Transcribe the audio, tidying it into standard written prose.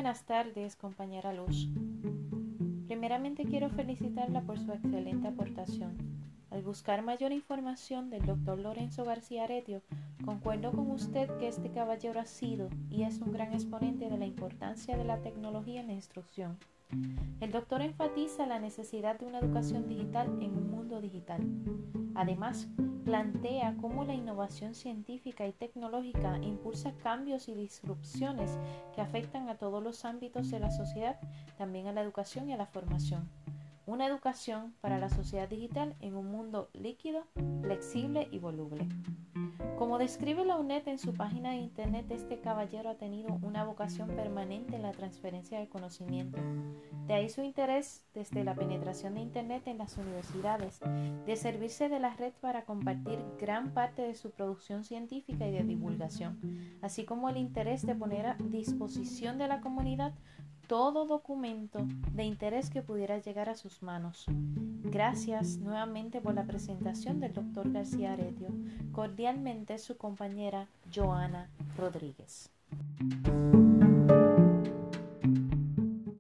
buenas tardes, compañera Luz. Primeramente quiero felicitarla por su excelente aportación. Al buscar mayor información del doctor Lorenzo García Aretio, concuerdo con usted que este caballero ha sido y es un gran exponente de la importancia de la tecnología en la instrucción. El doctor enfatiza la necesidad de una educación digital en un mundo digital. Además, plantea cómo la innovación científica y tecnológica impulsa cambios y disrupciones que afectan a todos los ámbitos de la sociedad, también a la educación y a la formación. Una educación para la sociedad digital en un mundo líquido, flexible y voluble. Como describe la UNED en su página de internet, este caballero ha tenido una vocación permanente en la transferencia del conocimiento. De ahí su interés desde la penetración de internet en las universidades, de servirse de la red para compartir gran parte de su producción científica y de divulgación, así como el interés de poner a disposición de la comunidad todo documento de interés que pudiera llegar a sus manos. Gracias nuevamente por la presentación del doctor García Aretio. Cordialmente su compañera Joana Rodríguez.